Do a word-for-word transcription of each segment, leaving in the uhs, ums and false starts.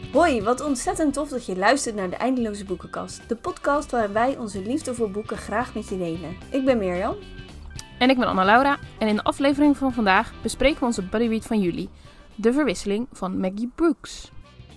Hoi, wat ontzettend tof dat je luistert naar de Eindeloze Boekenkast. De podcast waarin wij onze liefde voor boeken graag met je delen. Ik ben Mirjam. En ik ben Anna-Laura. En in de aflevering van vandaag bespreken we onze buddyread van juli. De Verwisseling van Maggie Brooks.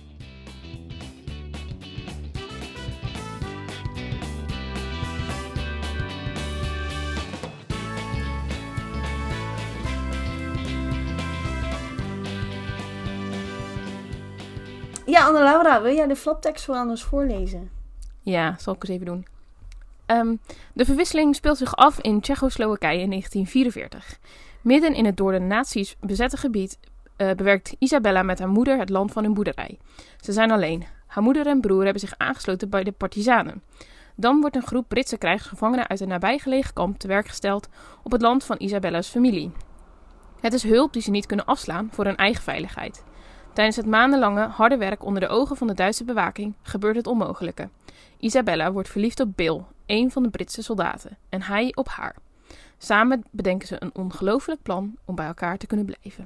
Ja, Anna-Laura, wil jij de flaptekst voor aan ons voorlezen? Ja, zal ik eens even doen. Um, de Verwisseling speelt zich af in Tsjechoslowakije in negentien vierenveertig. Midden in het door de nazi's bezette gebied uh, bewerkt Isabella met haar moeder het land van hun boerderij. Ze zijn alleen. Haar moeder en broer hebben zich aangesloten bij de partizanen. Dan wordt een groep Britse krijgsgevangenen uit een nabijgelegen kamp te werk gesteld op het land van Isabella's familie. Het is hulp die ze niet kunnen afslaan voor hun eigen veiligheid. Tijdens het maandenlange harde werk onder de ogen van de Duitse bewaking gebeurt het onmogelijke. Isabella wordt verliefd op Bill, een van de Britse soldaten, en hij op haar. Samen bedenken ze een ongelooflijk plan om bij elkaar te kunnen blijven.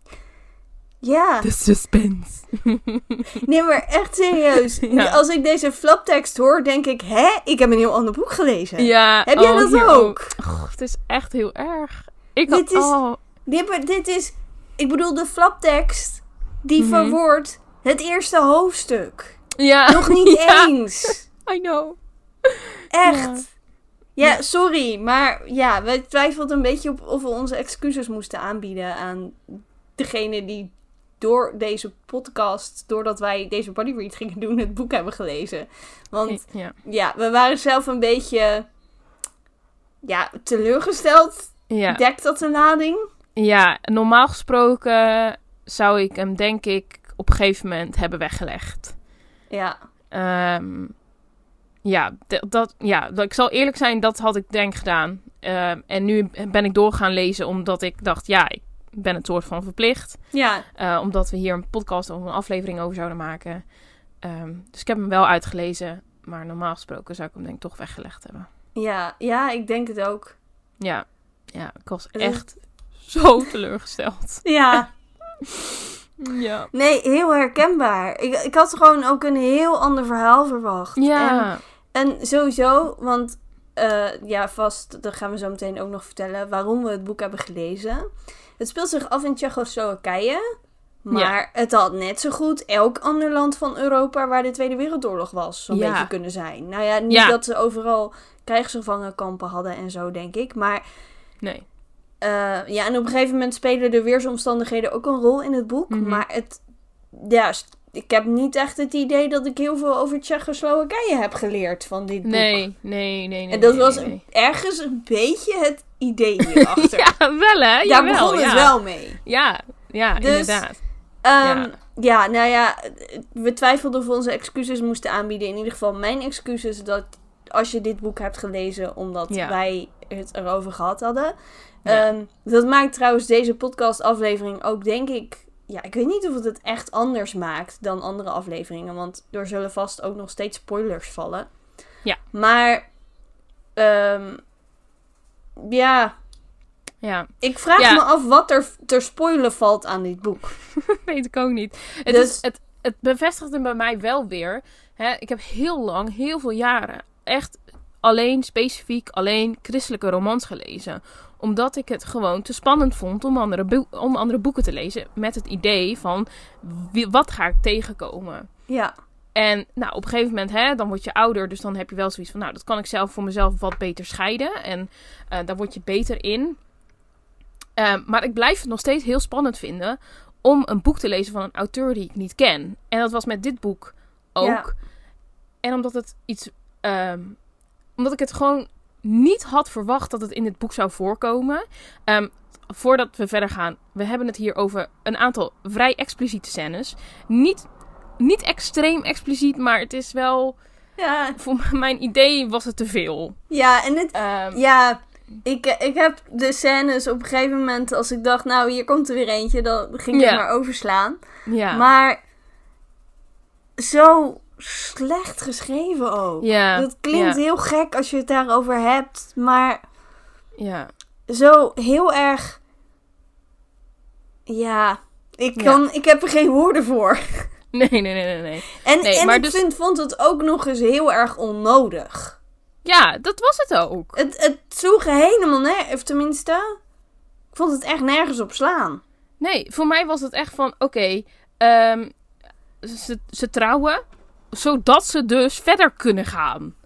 Ja. De suspense. Nee, maar echt serieus. Ja. Als ik deze flaptekst hoor, denk ik, hè? Ik heb een heel ander boek gelezen. Ja. Heb jij oh, dat hier ook? Oh, het is echt heel erg. Ik Dit had, is- oh. Dit, dit is, ik bedoel, de flaptekst die Mhm. verwoordt het eerste hoofdstuk. Ja. Nog niet Ja, eens. I know. Echt. Ja, sorry, maar ja, wij twijfelden een beetje op of we onze excuses moesten aanbieden aan degene die door deze podcast, doordat wij deze bodyread gingen doen, het boek hebben gelezen. Want Ja. ja, we waren zelf een beetje ja, teleurgesteld. Ja. Dekt dat een lading? Ja, normaal gesproken zou ik hem denk ik op een gegeven moment hebben weggelegd. Ja. Ehm, ja, d- dat, ja, dat- ik zal eerlijk zijn, dat had ik denk gedaan. Ehm, en nu ben ik door gaan lezen omdat ik dacht, ja, ik ben het soort van verplicht. Ja. Uh, omdat we hier een podcast of een aflevering over zouden maken. Ehm, dus ik heb hem wel uitgelezen. Maar normaal gesproken zou ik hem denk ik toch weggelegd hebben. Ja, ja, ik denk het ook. Ja, ja ik was Het is- echt zo teleurgesteld. Ja. Ja. Nee, heel herkenbaar. Ik, ik had gewoon ook een heel ander verhaal verwacht. En, Ja. en sowieso, want uh, ja, vast, dat gaan we zo meteen ook nog vertellen waarom we het boek hebben gelezen. Het speelt zich af in Tsjechoslowakije. Maar het had net zo goed elk ander land van Europa waar de Tweede Wereldoorlog was, zo'n Ja. beetje kunnen zijn. Nou ja, niet Ja. dat ze overal krijgsgevangenkampen hadden en zo, denk ik. Maar Nee. Uh, ja, en op een gegeven moment spelen de weersomstandigheden ook een rol in het boek. Mhm. Maar het, ja, st- ik heb niet echt het idee dat ik heel veel over Tsjechoslowakije heb geleerd van dit boek. Nee, nee, nee, nee. En dat nee, was nee, nee. ergens een beetje het idee hierachter. Ja, wel hè? Daar Jawel, begon het ja. wel mee. Ja, ja, Dus- inderdaad. Um, Ja. ja, nou ja, we twijfelden of we onze excuses moesten aanbieden. In ieder geval mijn excuses dat als je dit boek hebt gelezen, omdat Ja. wij het erover gehad hadden. Ja. Um, dat maakt trouwens deze podcastaflevering ook, denk ik... Ja, ik weet niet of het het echt anders maakt dan andere afleveringen. Want er zullen vast ook nog steeds spoilers vallen. Ja. Maar, um, ja... Ja, Ik vraag Ja. me af wat er ter spoilen valt aan dit boek. weet ik ook niet. Het, Dus- is, het, het bevestigde bij mij wel weer. Hè, ik heb heel lang, heel veel jaren, echt alleen, specifiek alleen christelijke romans gelezen. Omdat ik het gewoon te spannend vond om andere, boe- om andere boeken te lezen. Met het idee van, wie, wat ga ik tegenkomen? Ja. En nou, op een gegeven moment, hè, dan word je ouder. Dus dan heb je wel zoiets van, nou, dat kan ik zelf voor mezelf wat beter scheiden. En uh, daar word je beter in. Uh, maar ik blijf het nog steeds heel spannend vinden om een boek te lezen van een auteur die ik niet ken. En dat was met dit boek ook. Ja. En omdat het iets... Um, omdat ik het gewoon niet had verwacht dat het in dit boek zou voorkomen. Um, voordat we verder gaan, we hebben het hier over een aantal vrij expliciete scènes. Niet, niet extreem expliciet, maar het is wel... Ja, Voor mijn idee was het te veel. ja en het... Um, Ja, ik, ik heb de scènes op een gegeven moment, als ik dacht, nou, hier komt er weer eentje, dan ging ik Ja. het maar overslaan. ja. Maar zo slecht geschreven ook. Ja. Dat klinkt ja. heel gek als je het daarover hebt, maar Ja. zo heel erg... Ja, ik, Ja. kan, ik heb er geen woorden voor. Nee, nee, nee, nee. nee. En, nee, en maar ik dus... vind, vond het ook nog eens heel erg onnodig. Ja, dat was het ook. Het, het sloeg helemaal nergens, of tenminste, ik vond het echt nergens op slaan. Nee, voor mij was het echt van, oké, okay, um, ze, ze trouwen, zodat ze dus verder kunnen gaan.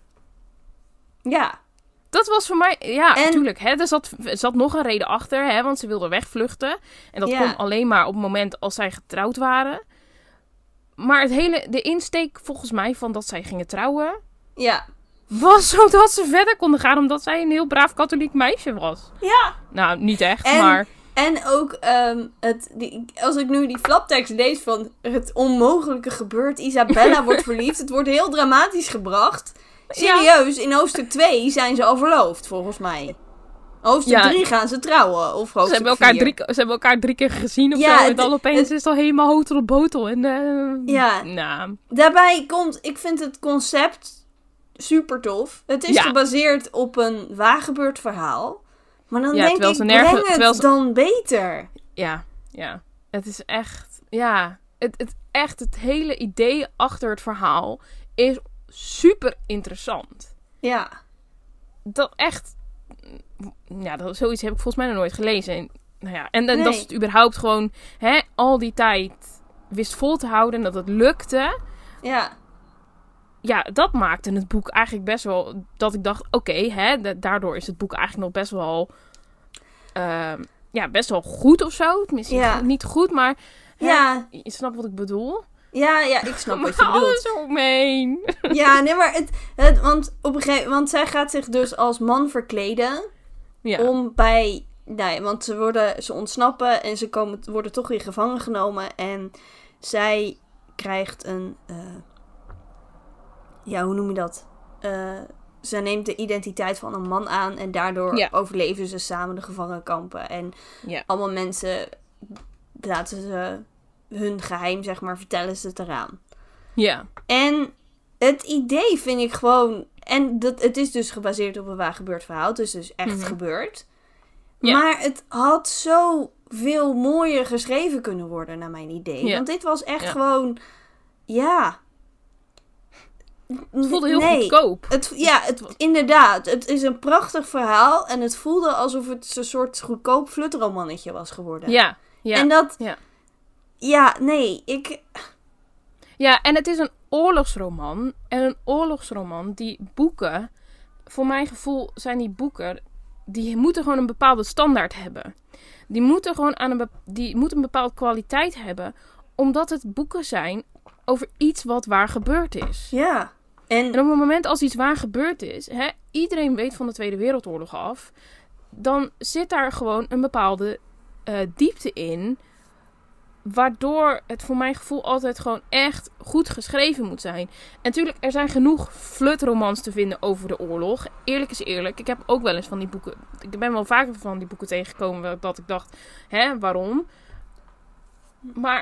Ja. Dat was voor mij, ja, en... natuurlijk, hè, er zat, er zat nog een reden achter, hè, want ze wilden wegvluchten. En dat ja. kon alleen maar op het moment als zij getrouwd waren. Maar het hele, de insteek volgens mij van dat zij gingen trouwen, ja. was zodat ze verder konden gaan, omdat zij een heel braaf katholiek meisje was. Ja. Nou, niet echt, en, maar... En ook, um, het, die, als ik nu die flaptekst lees van het onmogelijke gebeurt, Isabella wordt verliefd, het wordt heel dramatisch gebracht. Serieus, ja. In hoofdstuk twee zijn ze al verloofd, volgens mij. Hoofdstuk drie ja. gaan ze trouwen, of hoofdstuk ze hebben elkaar drie, Ze hebben elkaar drie keer gezien of ja, zo, en dan opeens het, is het al helemaal hotel op botel. En, uh, ja, nou. Daarbij komt, ik vind het concept super tof. Het is ja. gebaseerd op een waargebeurd verhaal. Maar dan ja, denk ik, nergen, breng het ze... dan beter. Ja, ja. Het is echt... Ja, het, het, echt het hele idee achter het verhaal is super interessant. Ja. Dat echt... Ja, dat, zoiets heb ik volgens mij nog nooit gelezen. En, nou ja, en, en nee. dat ze het überhaupt gewoon hè, al die tijd wist vol te houden en dat het lukte. Ja. Ja, dat maakte het boek eigenlijk best wel... Dat ik dacht, oké, okay, hè, da- daardoor is het boek eigenlijk nog best wel... Uh, ja, best wel goed of zo. Tenminste, ja. niet goed, maar... Hè, ja. Je snapt wat ik bedoel? Ja, ja, ik snap wat je bedoelt. Alles omheen. Ja, nee, maar het... het want, op een gegeven, want zij gaat zich dus als man verkleden. Ja. Om bij... Nee, want ze, worden, ze ontsnappen en ze komen, worden toch weer gevangen genomen. En zij krijgt een... Uh, Ja, hoe noem je dat? Uh, ze neemt de identiteit van een man aan en daardoor ja. overleven ze samen de gevangenkampen. En ja. allemaal mensen laten ze hun geheim, zeg maar, vertellen ze het eraan. Ja. En het idee vind ik gewoon... En dat, het is dus gebaseerd op een waar gebeurd verhaal. Het is dus echt mm-hmm. gebeurd. Ja. Maar het had zo veel mooier geschreven kunnen worden, naar mijn idee. Ja. Want dit was echt ja. gewoon... Ja... Het voelde heel nee, goedkoop. Het, ja, het, inderdaad. Het is een prachtig verhaal. En het voelde alsof het een soort goedkoop flutromannetje was geworden. Ja, ja. En dat... Ja, ja nee, ik... Ja, en het is een oorlogsroman. En een oorlogsroman, die boeken... Voor mijn gevoel zijn die boeken... Die moeten gewoon een bepaalde standaard hebben. Die moeten gewoon aan een, be- die moeten een bepaalde kwaliteit hebben. Omdat het boeken zijn over iets wat waar gebeurd is. Ja. En, en op het moment als iets waar gebeurd is... Hè, iedereen weet van de Tweede Wereldoorlog af... Dan zit daar gewoon een bepaalde uh, diepte in... Waardoor het voor mijn gevoel altijd gewoon echt goed geschreven moet zijn. En natuurlijk, er zijn genoeg flutromans te vinden over de oorlog. Eerlijk is eerlijk. Ik heb ook wel eens van die boeken... Ik ben wel vaker van die boeken tegengekomen dat ik dacht... Hè, waarom? Maar...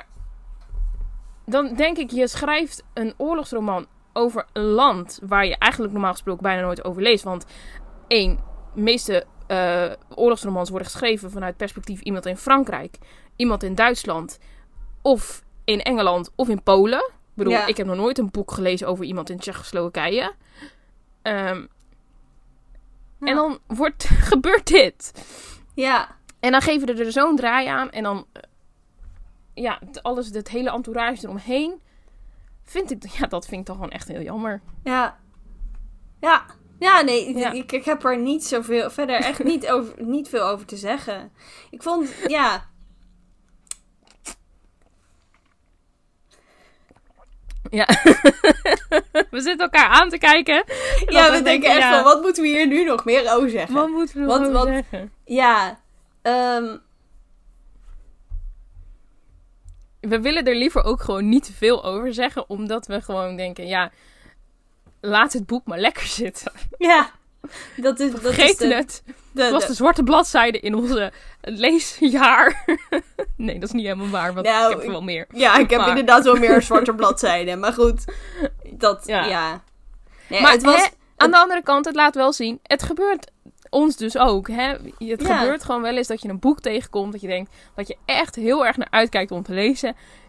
Dan denk ik, je schrijft een oorlogsroman over een land waar je eigenlijk normaal gesproken bijna nooit over leest. Want één, de meeste uh, oorlogsromans worden geschreven vanuit perspectief iemand in Frankrijk, iemand in Duitsland, of in Engeland, of in Polen. Ik bedoel, ja. ik heb nog nooit een boek gelezen over iemand in Tsjechoslowakije. Um, ja. En dan wordt, gebeurt dit. Ja. En dan geven we er zo'n draai aan en dan... Ja, alles, het hele entourage eromheen. Vind ik, ja, dat vind ik toch gewoon echt heel jammer. Ja. Ja. Ja, nee, ja. Ik, ik heb er niet zoveel, verder echt niet, over, niet veel over te zeggen. Ik vond, ja... Ja. We zitten elkaar aan te kijken. Ja, we, we denken echt ja. van, wat moeten we hier nu nog meer over zeggen? Wat moeten we nog wat, over wat, zeggen? Ja, um, we willen er liever ook gewoon niet te veel over zeggen. Omdat we gewoon denken, ja... Laat het boek maar lekker zitten. Ja. Dat is, dat Vergeet is de, het. De, het was de, de zwarte bladzijde in onze leesjaar. Nee, dat is niet helemaal waar. Want nou, ik heb er wel meer. Ja, ik heb maar. inderdaad wel meer zwarte bladzijden. Maar goed. Dat, ja. ja. Nee, maar het was, hè, het, aan de andere kant, het laat wel zien. Het gebeurt... Ons dus ook. Hè? Het ja. gebeurt gewoon wel eens dat je een boek tegenkomt. Dat je denkt dat je echt heel erg naar uitkijkt om te lezen.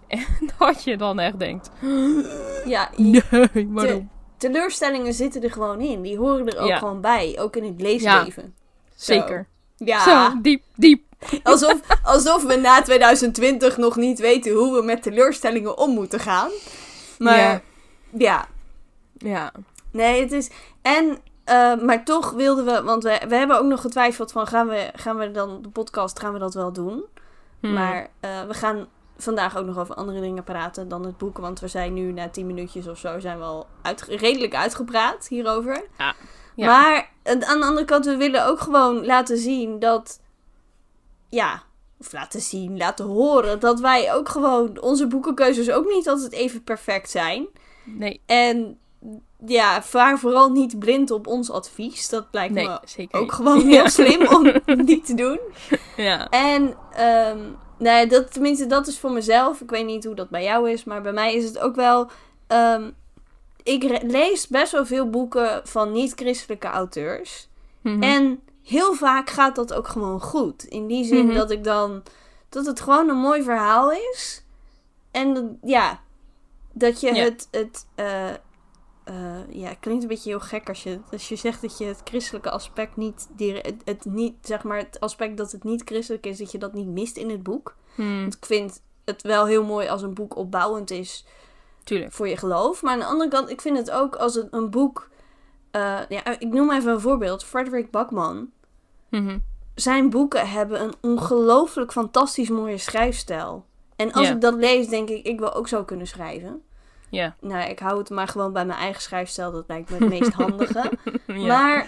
En dat je dan echt denkt... Ja, nee, waarom? Te, teleurstellingen zitten er gewoon in. Die horen er ook Ja. gewoon bij. Ook in het leesleven. Ja, Zo. zeker. Ja. Zo, diep, diep. Alsof, alsof we na twintig twintig nog niet weten hoe we met teleurstellingen om moeten gaan. Maar Ja. ja. Ja. Nee, het is... En, uh, maar toch wilden we... Want we, we hebben ook nog getwijfeld van... Gaan we, gaan we dan de podcast, gaan we dat wel doen? Hmm. Maar uh, we gaan vandaag ook nog over andere dingen praten dan het boek. Want we zijn nu na tien minuutjes of zo... zijn we al uit, redelijk uitgepraat hierover. Ja. Ja. Maar aan de andere kant... we willen ook gewoon laten zien dat... Ja... Of laten zien, laten horen... dat wij ook gewoon... onze boekenkeuzes ook niet altijd even perfect zijn. Nee. En... Ja, vaar vooral niet blind op ons advies. Dat lijkt Nee, me zeker ook niet. gewoon heel slim om niet te doen. Ja. En, um, nee, dat, tenminste, dat is voor mezelf. Ik weet niet hoe dat bij jou is, maar bij mij is het ook wel... Um, ik re- lees best wel veel boeken van niet-christelijke auteurs. Mm-hmm. En heel vaak gaat dat ook gewoon goed. In die zin Mm-hmm. dat ik dan... dat het gewoon een mooi verhaal is. En dat- ja, dat je Ja. het... het uh, Uh, ja, het klinkt een beetje heel gek als je, als je zegt dat je het christelijke aspect niet, die, het, het niet, zeg maar, het aspect dat het niet christelijk is, dat je dat niet mist in het boek. Hmm. Want ik vind het wel heel mooi als een boek opbouwend is Tuurlijk. voor je geloof. Maar aan de andere kant, ik vind het ook als een, een boek, uh, ja, ik noem even een voorbeeld, Frederick Bachman. Mm-hmm. Zijn boeken hebben een ongelooflijk fantastisch mooie schrijfstijl. En als Ja. ik dat lees, denk ik, ik wil ook zo kunnen schrijven. Ja. Nou, ik hou het maar gewoon bij mijn eigen schrijfstijl. Dat lijkt me het meest handige. Ja. Maar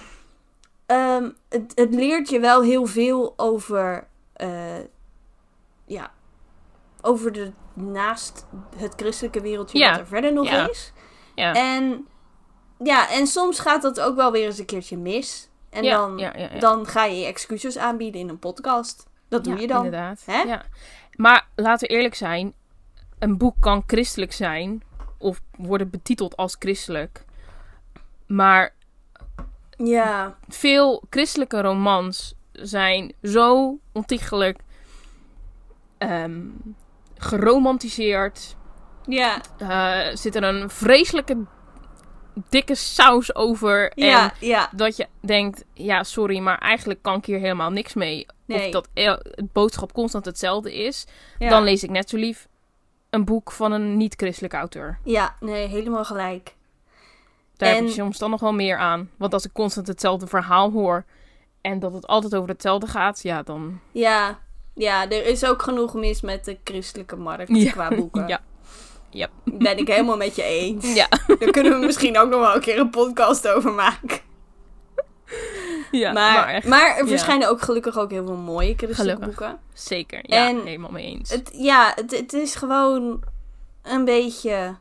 um, het, het leert je wel heel veel over... Uh, ja, over de naast het christelijke wereldje Ja. wat er verder nog Ja. is. Ja. En, ja, en soms gaat dat ook wel weer eens een keertje mis. En Ja, dan, ja, ja, ja. dan ga je je excuses aanbieden in een podcast. Dat doe Ja, je dan. Inderdaad. Hè? Ja. Maar laten we eerlijk zijn. Een boek kan christelijk zijn. Of worden betiteld als christelijk. Maar Ja. veel christelijke romans zijn zo ontiegelijk um, geromantiseerd. Ja. Uh, zit er een vreselijke dikke saus over. Ja, En ja. dat je denkt, ja sorry, maar eigenlijk kan ik hier helemaal niks mee. Nee. Of dat het boodschap constant hetzelfde is. Ja. Dan lees ik net zo lief een boek van een niet-christelijke auteur. Ja, nee, helemaal gelijk. Daar En- heb je soms dan nog wel meer aan. Want als ik constant hetzelfde verhaal hoor en dat het altijd over hetzelfde gaat, ja dan... Ja, ja, er is ook genoeg mis met de christelijke markt Ja. qua boeken. Ja. Yep. Ben ik helemaal met je eens. Ja. Daar kunnen we misschien ook nog wel een keer een podcast over maken. Ja, maar, maar, maar, echt, er ja. verschijnen ook gelukkig ook heel veel mooie christelijke Gelukkig. boeken. Zeker, ja, En helemaal mee eens. Het, ja, het, het is gewoon een beetje...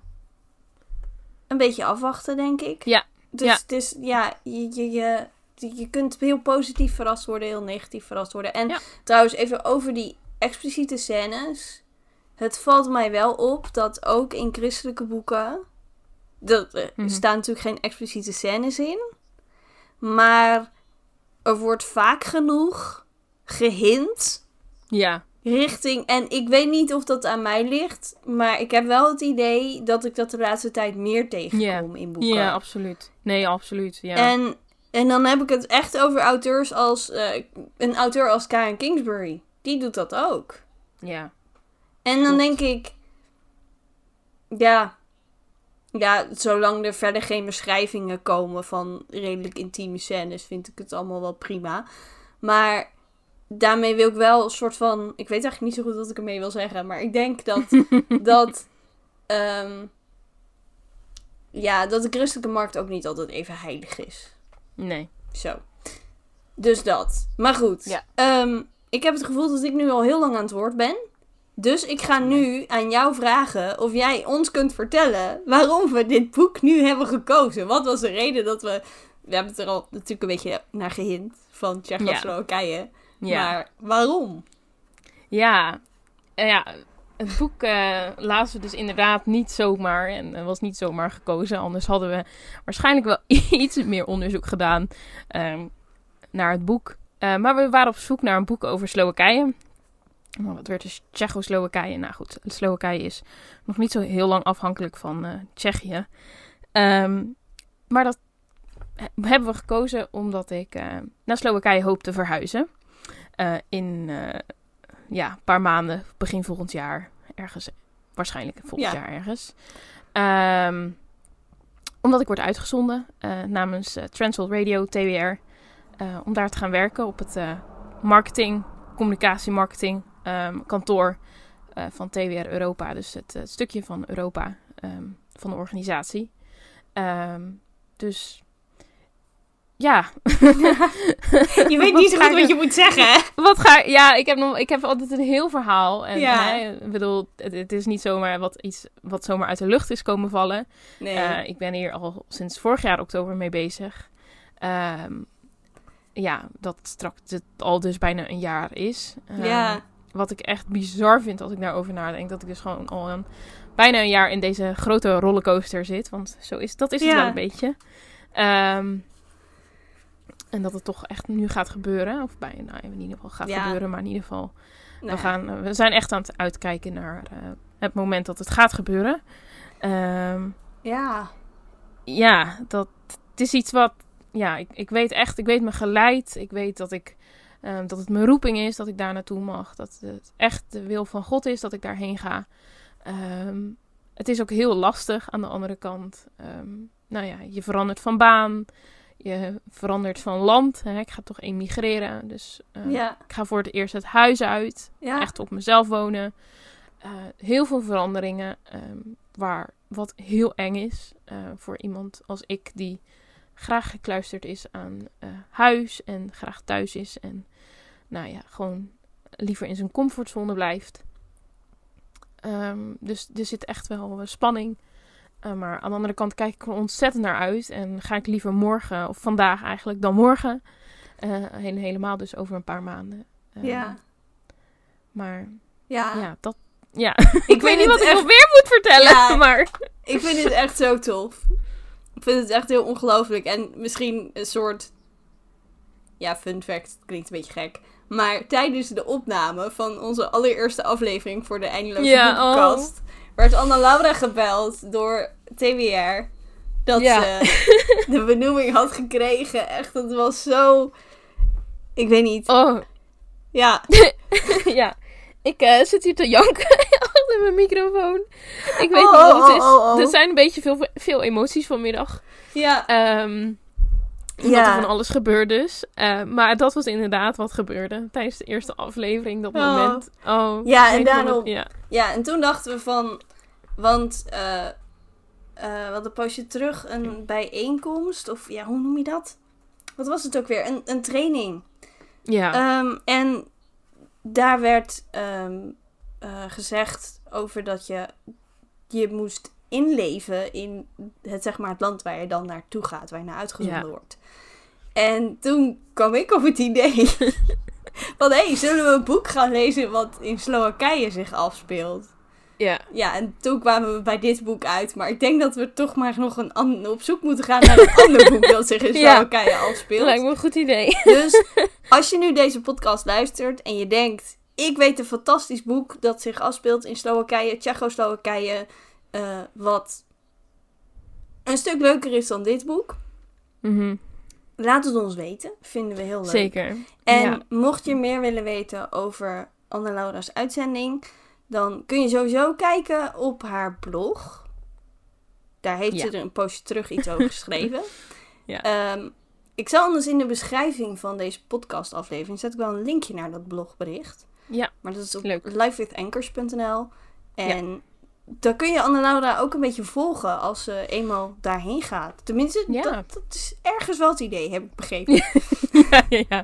Een beetje afwachten, denk ik. Ja. Dus Ja. het is, ja, je, je, je, je kunt heel positief verrast worden, heel negatief verrast worden. En Ja. trouwens, even over die expliciete scènes. Het valt mij wel op dat ook in christelijke boeken... Dat, er Mhm. staan natuurlijk geen expliciete scènes in. Maar er wordt vaak genoeg gehint Ja, richting... En ik weet niet of dat aan mij ligt. Maar ik heb wel het idee dat ik dat de laatste tijd meer tegenkom in boeken. ja, absoluut. Nee, absoluut, ja. En, en dan heb ik het echt over auteurs als... eh, een auteur als Karen Kingsbury. Die doet dat ook. Ja, En dan Klopt. denk ik... Ja... Ja, zolang er verder geen beschrijvingen komen van redelijk intieme scènes... vind ik het allemaal wel prima. Maar daarmee wil ik wel een soort van... Ik weet eigenlijk niet zo goed wat ik ermee wil zeggen. Maar ik denk dat... dat um, ja, dat de christelijke markt ook niet altijd even heilig is. nee. Zo. Dus dat. Maar goed. Ja. Um, ik heb het gevoel dat ik nu al heel lang aan het woord ben. Dus ik ga nu aan jou vragen of jij ons kunt vertellen waarom we dit boek nu hebben gekozen. Wat was de reden dat we... We hebben het er al natuurlijk een beetje naar gehint van Tsjechoslowakije. Ja. Maar waarom? Ja, uh, ja, het boek uh, lazen we dus inderdaad niet zomaar en uh, was niet zomaar gekozen. Anders hadden we waarschijnlijk wel iets meer onderzoek gedaan um, naar het boek. Uh, maar we waren op zoek naar een boek over Slowakije. Nou, wat werd dus Tsjechoslowakije? Nou goed, Slowakije is nog niet zo heel lang afhankelijk van uh, Tsjechië. Um, maar dat hebben we gekozen omdat ik uh, naar Slowakije hoop te verhuizen. Uh, in uh, ja, een paar maanden, begin volgend jaar. Ergens, waarschijnlijk volgend ja. jaar ergens. Um, omdat ik word uitgezonden uh, namens uh, Transworld Radio, T W R. Uh, om daar te gaan werken op het uh, marketing, communicatie-marketing um, kantoor uh, van T W R Europa. Dus het uh, stukje van Europa, um, van de organisatie. Um, dus ja. Je weet niet zo goed wat je moet zeggen, hè? Wat ga Ja, ik heb, nog, ik heb altijd een heel verhaal. En ja. hè, ik bedoel, het, het is niet zomaar wat iets wat zomaar uit de lucht is komen vallen. Nee. Uh, ik ben hier al sinds vorig jaar oktober mee bezig. Um, ja, dat straks het al dus bijna een jaar is. Um, ja. Wat ik echt bizar vind als ik daarover nadenk. Dat ik dus gewoon al een, bijna een jaar in deze grote rollercoaster zit. Want zo is, dat is het ja. wel een beetje. Um, en dat het toch echt nu gaat gebeuren. Of bijna nou, in ieder geval gaat ja. gebeuren. Maar in ieder geval, nou, we, gaan, we zijn echt aan het uitkijken naar uh, het moment dat het gaat gebeuren. Um, ja. Ja, dat het is iets wat... Ja, ik, ik weet echt, ik weet mijn geleid. Ik weet dat ik... Um, dat het mijn roeping is, dat ik daar naartoe mag. Dat het echt de wil van God is, dat ik daarheen ga. Um, het is ook heel lastig aan de andere kant. Um, nou ja, je verandert van baan. Je verandert van land. Hè? Ik ga toch emigreren. Dus uh, ja. ik ga voor het eerst het huis uit. Ja. Echt op mezelf wonen. Uh, heel veel veranderingen. Um, waar, wat heel eng is. Uh, voor iemand als ik die... graag gekluisterd is aan uh, huis en graag thuis is en nou ja, gewoon liever in zijn comfortzone blijft. Um, dus er zit echt wel uh, spanning. Uh, maar aan de andere kant kijk ik er ontzettend naar uit en ga ik liever morgen, of vandaag eigenlijk, dan morgen. Uh, helemaal dus over een paar maanden. Uh, ja. Maar ja, ja dat... Ja, ik, ik weet niet wat echt... ik nog meer moet vertellen, ja, maar... Ik vind het echt zo tof. Ik vind het echt heel ongelooflijk. En misschien een soort... Ja, fun fact. Klinkt een beetje gek. Maar tijdens de opname van onze allereerste aflevering voor de Eindeloze ja, Boekenkast... Oh. werd Anna-Laura gebeld door T W R. Dat ja. ze de benoeming had gekregen. Echt, dat was zo... Ik weet niet. Oh. Ja. ja. Ik uh, zit hier te janken achter mijn microfoon. Ik weet oh, niet wat het is. Oh, oh, oh. Er zijn een beetje veel, veel emoties vanmiddag. Ja. Um, omdat ja. er van alles gebeurde dus. Uh, maar dat was inderdaad wat gebeurde tijdens de eerste aflevering. Dat oh. moment. Oh, ja, en daarom... Het, ja. ja, en toen dachten we van... Want uh, uh, we hadden een poosje terug een bijeenkomst. Of ja, hoe noem je dat? Wat was het ook weer? Een, een training. Ja. Um, en... Daar werd um, uh, gezegd over dat je je moest inleven in het, zeg maar, het land waar je dan naartoe gaat, waar je naar uitgezonden ja. wordt. En toen kwam ik op het idee van, hé, hey, zullen we een boek gaan lezen wat in Slowakije zich afspeelt? Ja. Ja, en toen kwamen we bij dit boek uit. Maar ik denk dat we toch maar nog een an- op zoek moeten gaan naar een ander boek dat zich in Slowakije ja, afspeelt. Dat lijkt me een goed idee. Dus als je nu deze podcast luistert en je denkt... Ik weet een fantastisch boek dat zich afspeelt in Slowakije, Tsjechoslowakije. Uh, wat een stuk leuker is dan dit boek. Mm-hmm. Laat het ons weten. Vinden we heel leuk. Zeker. En ja. mocht je meer willen weten over Anna-Laura's uitzending... dan kun je sowieso kijken op haar blog. Daar heeft ja. ze er een poosje terug iets over geschreven. ja. um, ik zal anders in de beschrijving van deze podcastaflevering... zet ik wel een linkje naar dat blogbericht. Ja, maar dat is op leuk. live with anchors punt n l. En ja. dan kun je Anna-Laura ook een beetje volgen als ze eenmaal daarheen gaat. Tenminste, ja. dat, dat is ergens wel het idee, heb ik begrepen. ja, ja, ja.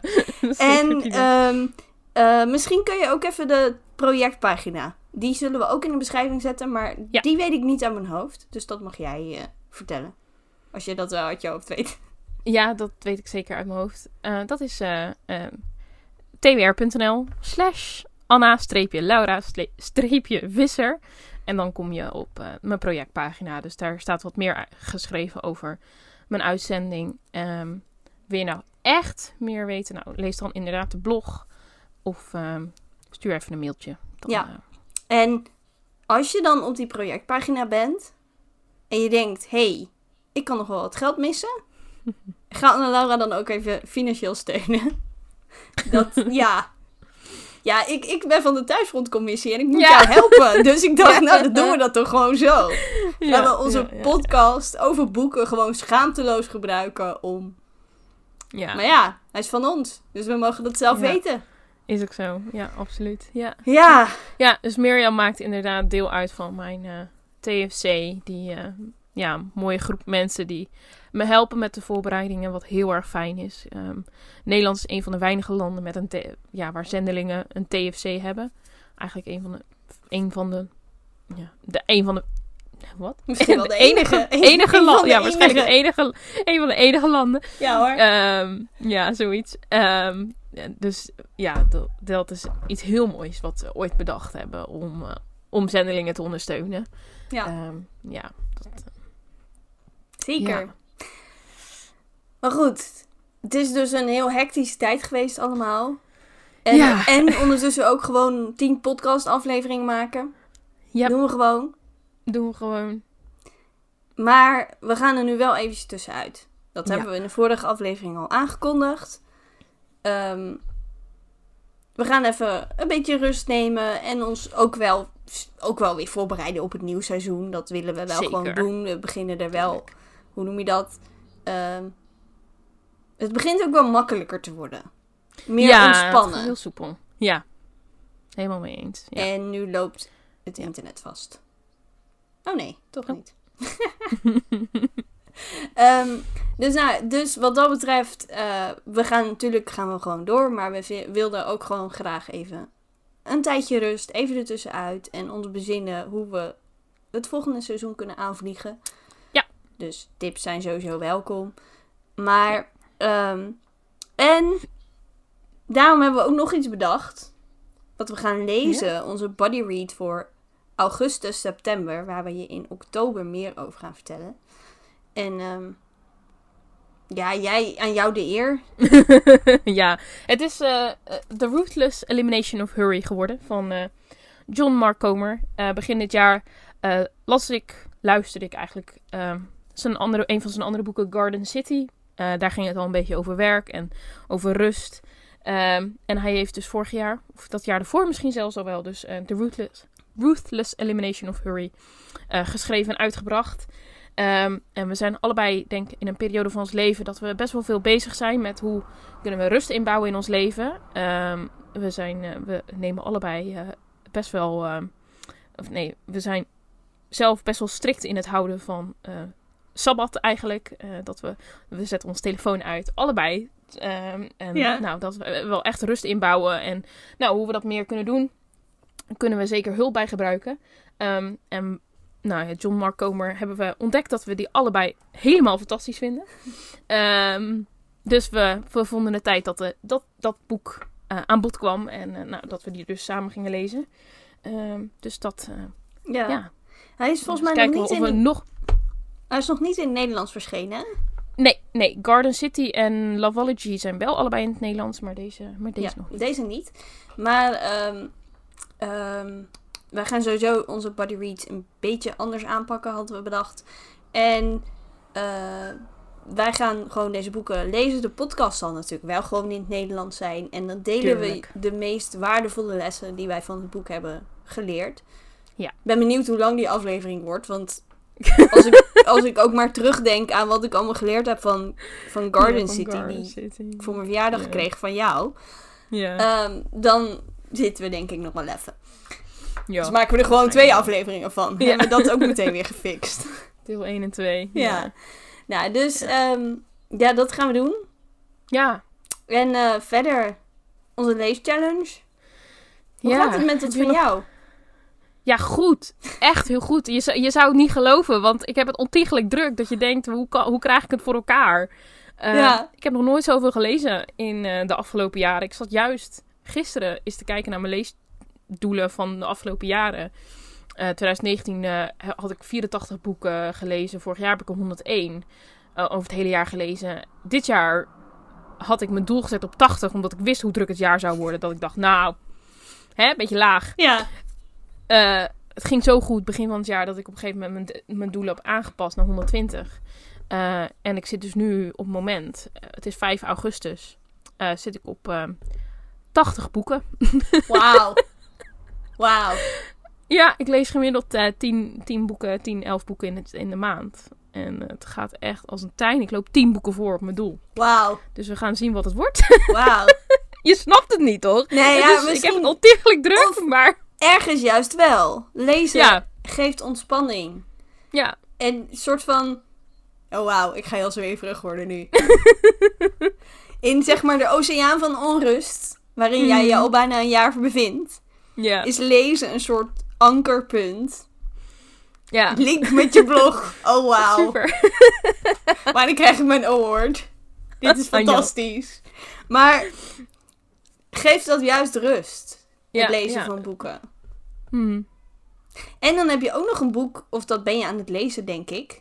En um, uh, misschien kun je ook even de projectpagina. Die zullen we ook in de beschrijving zetten, maar ja. die weet ik niet aan mijn hoofd. Dus dat mag jij uh, vertellen. Als je dat wel uit je hoofd weet. Ja, dat weet ik zeker uit mijn hoofd. Uh, dat is... Uh, uh, twr.nl slash Anna-Laura-Visser. En dan kom je op uh, mijn projectpagina. Dus daar staat wat meer geschreven over mijn uitzending. Um, wil je nou echt meer weten? Nou, lees dan inderdaad de blog. Of um, stuur even een mailtje. Dan, Ja. Uh... En als je dan op die projectpagina bent en je denkt, hé, hey, ik kan nog wel wat geld missen. Ga Anne Laura dan ook even financieel steunen. Dat, ja. Ja, ik, ik ben van de thuisfrontcommissie en ik moet Ja. jou helpen. Dus ik dacht, nou, dan doen we dat toch gewoon zo. Ja, Gaan we onze ja, ja. podcast over boeken gewoon schaamteloos gebruiken om... Ja, Maar ja, hij is van ons. Dus we mogen dat zelf Ja. weten. is ook zo. Ja, absoluut. Ja. Ja. Ja, dus Mirjam maakt inderdaad deel uit van mijn uh, T F C. Die uh, ja, mooie groep mensen die me helpen met de voorbereidingen, wat heel erg fijn is. Um, Nederland is een van de weinige landen met een t- ja, waar zendelingen een T F C hebben. Eigenlijk een van de... Een van de... Ja, de een van de... Wat? Misschien wel de enige. enige, enige Een van land. de Ja, waarschijnlijk het enige. enige, een van de enige landen. Ja hoor. Um, ja, zoiets. Um, dus ja, dat, dat is iets heel moois wat we ooit bedacht hebben om, uh, om zendelingen te ondersteunen. Ja. Um, ja, dat, uh, Zeker. Ja. Maar goed, het is dus een heel hectische tijd geweest allemaal. En, Ja. en ondertussen ook gewoon tien podcast afleveringen maken. Yep. Doen we gewoon. Doen we gewoon. Maar we gaan er nu wel eventjes tussenuit. Dat Ja. hebben we in de vorige aflevering al aangekondigd. Um, we gaan even een beetje rust nemen. En ons ook wel, ook wel weer voorbereiden op het nieuwseizoen. Dat willen we wel Zeker. gewoon doen. We beginnen er wel, hoe noem je dat? Um, het begint ook wel makkelijker te worden. Meer ja, ontspannen. heel soepel. Ja, helemaal mee eens. Ja. En nu loopt het internet vast. Oh nee, toch Oh. niet. um, dus, nou, dus wat dat betreft, uh, we gaan natuurlijk gaan we gewoon door. Maar we vi- wilden ook gewoon graag even een tijdje rust. Even ertussenuit. En ons bezinnen hoe we het volgende seizoen kunnen aanvliegen. Ja. Dus tips zijn sowieso welkom. Maar, um, en daarom hebben we ook nog iets bedacht. Wat we gaan lezen. Ja. Onze body read voor augustus, september. Waar we je in oktober meer over gaan vertellen. En um, ja, jij, aan jou de eer. Ja, het is uh, The Ruthless Elimination of Hurry geworden van uh, John Mark Comer. Uh, begin dit jaar uh, las ik, luisterde ik eigenlijk uh, zijn andere, een van zijn andere boeken, Garden City. Uh, daar ging het al een beetje over werk en over rust. Um, en hij heeft dus vorig jaar, of dat jaar ervoor misschien zelfs al wel, dus uh, The Ruthless, Ruthless Elimination of Hurry uh, geschreven en uitgebracht. Um, en we zijn allebei, denk ik, in een periode van ons leven dat we best wel veel bezig zijn met hoe kunnen we rust inbouwen in ons leven. Um, we, zijn, uh, we nemen allebei uh, best wel, uh, of nee, we zijn zelf best wel strikt in het houden van uh, sabbat eigenlijk. Uh, dat we, we zetten ons telefoon uit, allebei. Um, en Ja. nou, dat we wel echt rust inbouwen. En nou, hoe we dat meer kunnen doen, kunnen we zeker hulp bij gebruiken. Um, en nou ja, John Mark Comer hebben we ontdekt dat we die allebei helemaal fantastisch vinden. Um, dus we, we vonden de tijd dat de, dat, dat boek uh, aan bod kwam. En uh, nou, dat we die dus samen gingen lezen. Um, dus dat, uh, Ja. ja. Hij is volgens Dus mij nog kijken niet, we in of we het, nog... hij is nog niet in het Nederlands verschenen, hè? Nee, nee, Garden City en Loveology zijn wel allebei in het Nederlands, maar deze, maar deze Ja, nog niet. deze niet. Maar um, um, wij gaan sowieso onze body reads een beetje anders aanpakken, hadden we bedacht. En uh, wij gaan gewoon deze boeken lezen. De podcast zal natuurlijk wel gewoon in het Nederlands zijn. En dan delen Tuurlijk. we de meest waardevolle lessen die wij van het boek hebben geleerd. Ja. Ik ben benieuwd hoe lang die aflevering wordt, want als ik, als ik ook maar terugdenk aan wat ik allemaal geleerd heb van, van Garden Ja, van City, Garden die City. ik voor mijn verjaardag Ja. gekregen van jou, Ja. um, dan zitten we denk ik nog wel even. ja. Dus maken we er gewoon twee afleveringen van. Ja. Hebben we dat ook meteen weer gefixt. Deel één en twee. Ja. Ja. Nou, dus um, ja, dat gaan we doen. Ja. En uh, verder onze leeschallenge. Hoe Ja. gaat het met het Heb je van nog- jou? Ja, goed. Echt heel goed. Je, zou- je zou het niet geloven, want ik heb het ontiegelijk druk. Dat je denkt, hoe, kan- hoe krijg ik het voor elkaar? Uh, Ja. Ik heb nog nooit zoveel gelezen in uh, de afgelopen jaren. Ik zat juist gisteren eens te kijken naar mijn leesdoelen van de afgelopen jaren. Uh, twintig negentien uh, had ik vierentachtig boeken gelezen. Vorig jaar heb ik er honderdéén uh, over het hele jaar gelezen. Dit jaar had ik mijn doel gezet op tachtig, omdat ik wist hoe druk het jaar zou worden. Dat ik dacht, nou, Hè, een beetje laag. Ja. Uh, het ging zo goed begin van het jaar dat ik op een gegeven moment mijn, mijn doelen heb aangepast naar honderdtwintig. Uh, en ik zit dus nu op het moment, uh, het is vijf augustus, uh, zit ik op uh, tachtig boeken. Wauw. Wauw. Ja, ik lees gemiddeld uh, tien, tien boeken, tien, elf boeken in, het, in de maand. En uh, het gaat echt als een tuin. Ik loop tien boeken voor op mijn doel. Wauw. Dus we gaan zien wat het wordt. Wauw. Je snapt het niet, toch? Nee, ja, dus misschien... Ik heb het ontiegelijk druk, of maar... Ergens juist wel. Lezen ja. geeft ontspanning. Ja. En een soort van... Oh wauw, ik ga heel zweverig worden nu. In zeg maar de oceaan van onrust, waarin mm. jij je al bijna een jaar bevindt, ja. is lezen een soort ankerpunt. Ja. Link met je blog. Oh wauw. Super. Maar dan krijg ik mijn award. Dit is fantastisch. Maar geeft dat juist rust. Het ja, lezen ja. van boeken. Hmm. En dan heb je ook nog een boek, of dat ben je aan het lezen, denk ik.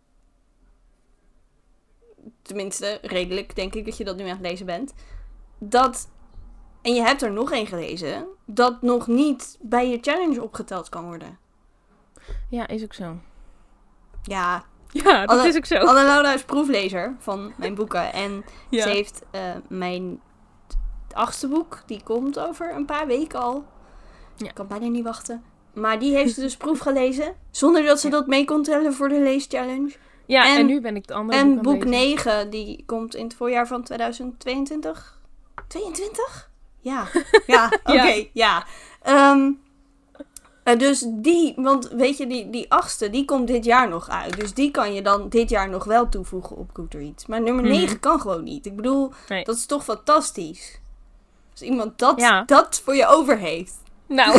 Tenminste, redelijk denk ik dat je dat nu aan het lezen bent. Dat, en je hebt er nog één gelezen, dat nog niet bij je challenge opgeteld kan worden. Ja, is ook zo. Ja. Ja, dat Anne, is ook zo. Anne-Laura is proeflezer van mijn boeken. En ja. ze heeft uh, mijn achtste boek, die komt over een paar weken al. Ja. Ik kan bijna niet wachten. Maar die heeft ze dus proef gelezen, zonder dat ze ja. dat mee kon tellen voor de leeschallenge. Ja, en, en nu ben ik de andere En boek, boek negen, die komt in het voorjaar van tweeduizend tweeëntwintig. tweeëntwintig? Ja. Ja, oké, okay, ja. ja. Um, uh, dus die, want weet je, die, die achtste, die komt dit jaar nog uit. Dus die kan je dan dit jaar nog wel toevoegen op Goodreads. Maar nummer negen mm-hmm. kan gewoon niet. Ik bedoel, nee. dat is toch fantastisch. Als iemand dat, ja. dat voor je over heeft. Nou,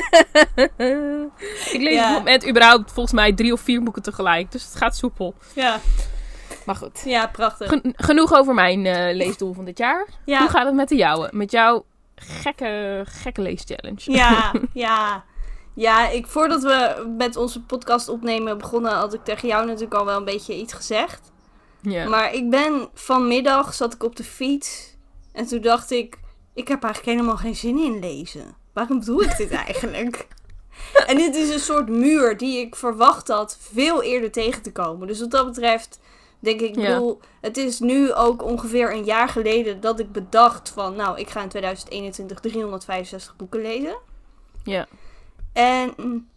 ik lees ja. op het moment überhaupt volgens mij drie of vier boeken tegelijk. Dus het gaat soepel. Ja. Maar goed. Ja, prachtig. Gen- genoeg over mijn uh, leesdoel van dit jaar. Ja. Hoe gaat het met de jouwe? Met jouw gekke, gekke leeschallenge. Ja, ja. Ja, ik, voordat we met onze podcast opnemen begonnen, had ik tegen jou natuurlijk al wel een beetje iets gezegd. Ja. Maar ik ben vanmiddag, zat ik op de fiets. En toen dacht ik, ik heb eigenlijk helemaal geen zin in lezen. Waarom doe ik dit eigenlijk? En dit is een soort muur die ik verwacht had veel eerder tegen te komen. Dus wat dat betreft denk ik, ja. bedoel, het is nu ook ongeveer een jaar geleden dat ik bedacht van, nou, ik ga in tweeduizend eenentwintig driehonderdvijfenzestig boeken lezen. Ja. En,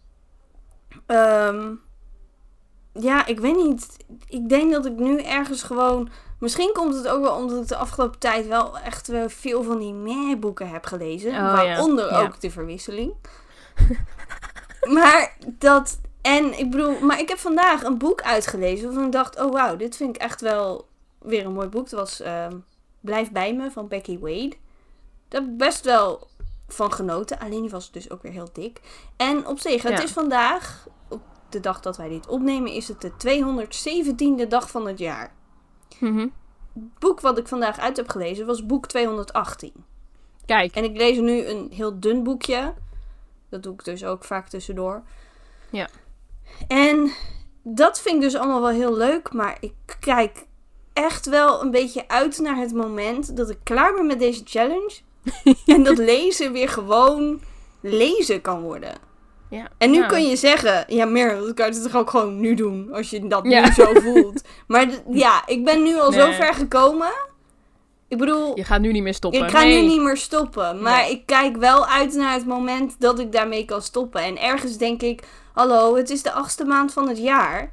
um, ja, ik weet niet. Ik denk dat ik nu ergens gewoon... Misschien komt het ook wel omdat ik de afgelopen tijd wel echt wel veel van die meh-boeken heb gelezen. Oh, waaronder ja. ook ja. de verwisseling. Maar dat... En ik bedoel... Maar ik heb vandaag een boek uitgelezen waarvan ik dacht... Oh wauw, dit vind ik echt wel weer een mooi boek. Dat was uh, Blijf bij me van Becky Wade. Daar heb ik best wel van genoten. Alleen die was dus ook weer heel dik. En op zich, het ja. is vandaag... Op de dag dat wij dit opnemen is het de tweehonderdzeventiende dag van het jaar. Mm-hmm. Het boek wat ik vandaag uit heb gelezen was boek tweehonderdachttien. Kijk. En ik lees nu een heel dun boekje. Dat doe ik dus ook vaak tussendoor. Ja. En dat vind ik dus allemaal wel heel leuk. Maar ik kijk echt wel een beetje uit naar het moment dat ik klaar ben met deze challenge. En dat lezen weer gewoon lezen kan worden. Ja, en nu ja. kun je zeggen, ja Meryl, dat kan je toch ook gewoon nu doen, als je dat ja. nu zo voelt. Maar d- ja, ik ben nu al nee. zo ver gekomen. Ik bedoel... Je gaat nu niet meer stoppen. Ik ga nee. nu niet meer stoppen. Maar nee. ik kijk wel uit naar het moment dat ik daarmee kan stoppen. En ergens denk ik, hallo, het is de achtste maand van het jaar.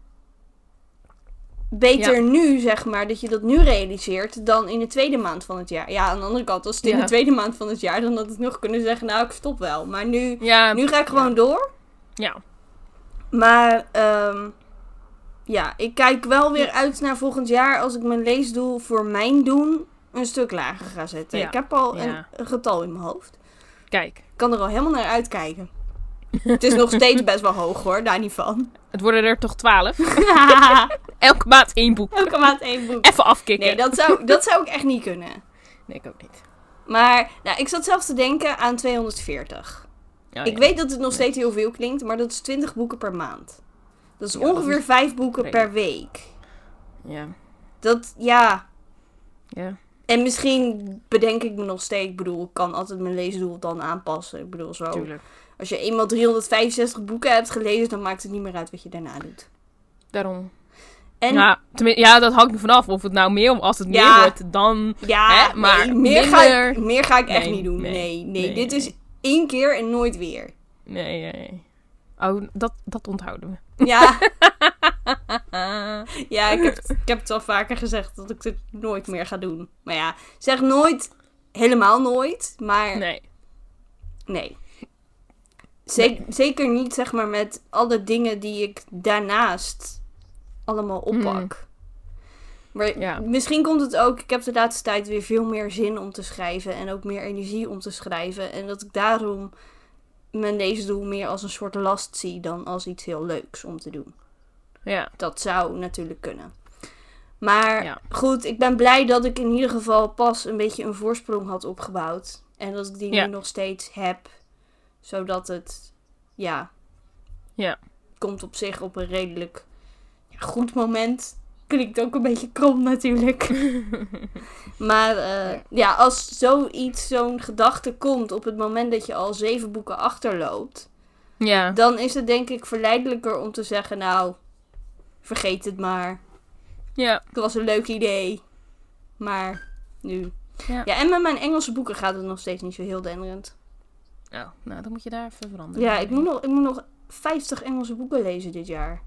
Beter ja. nu, zeg maar, dat je dat nu realiseert dan in de tweede maand van het jaar. Ja, aan de andere kant, als het in ja. de tweede maand van het jaar, dan had ik nog kunnen zeggen, nou, ik stop wel. Maar nu, ja. nu ga ik gewoon ja. door. Ja. Maar, um, ja, ik kijk wel weer uit naar volgend jaar als ik mijn leesdoel voor mijn doen een stuk lager ga zetten. Ja. Ik heb al ja. een, een getal in mijn hoofd. Kijk. Ik kan er al helemaal naar uitkijken. Het is nog steeds best wel hoog hoor, daar niet van. Het worden er toch twaalf? Elke maand één boek. Elke maand één boek. Even afkicken. Nee, dat zou, dat zou ik echt niet kunnen. Nee, ik ook niet. Maar, nou, ik zat zelfs te denken aan tweehonderdveertig. Oh, ik ja. weet dat het nog steeds heel veel klinkt, maar dat is twintig boeken per maand. Dat is ja, ongeveer vijf boeken per week. Ja. Dat, ja. Ja. En misschien bedenk ik me nog steeds, ik bedoel, ik kan altijd mijn leesdoel dan aanpassen. Ik bedoel, zo. Tuurlijk. Als je eenmaal driehonderdvijfenzestig boeken hebt gelezen, dan maakt het niet meer uit wat je daarna doet. Daarom. En Ja, tenmin- ja, dat hangt er vanaf. Of het nou meer, als het meer Ja. wordt, dan... ja, Hè, maar nee, meer, ga ik, minder- meer ga ik echt Nee, niet doen. nee, Nee, nee, nee, dit nee. is één keer en nooit weer. Nee, nee, nee. Oh, dat, dat onthouden we. Ja, ja ik, heb het, ik heb het al vaker gezegd dat ik het nooit meer ga doen. Maar ja, zeg nooit, helemaal nooit, maar Nee. nee. Ze- Zeker niet, zeg maar, met alle dingen die ik daarnaast allemaal oppak. Maar Ja. misschien komt het ook, ik heb de laatste tijd weer veel meer zin om te schrijven en ook meer energie om te schrijven. En dat ik daarom mijn leesdoel meer als een soort last zie dan als iets heel leuks om te doen. Ja. Dat zou natuurlijk kunnen. Maar Ja. goed, ik ben blij dat ik in ieder geval pas een beetje een voorsprong had opgebouwd. En dat ik die Ja. nu nog steeds heb. Zodat het, ja, Ja. komt op zich op een redelijk ja, goed moment. Klinkt ook een beetje krom natuurlijk. Maar eh, ja, als zoiets, zo'n gedachte komt op het moment dat je al zeven boeken achterloopt. Ja. Dan is het denk ik verleidelijker om te zeggen, nou, vergeet het maar. Ja. Het was een leuk idee. Maar nu. Ja. Ja, en met mijn Engelse boeken gaat het nog steeds niet zo heel denderend. Oh, nou, dan moet je daar even veranderen. Ja, ik moet nog, ik moet nog vijftig Engelse boeken lezen dit jaar.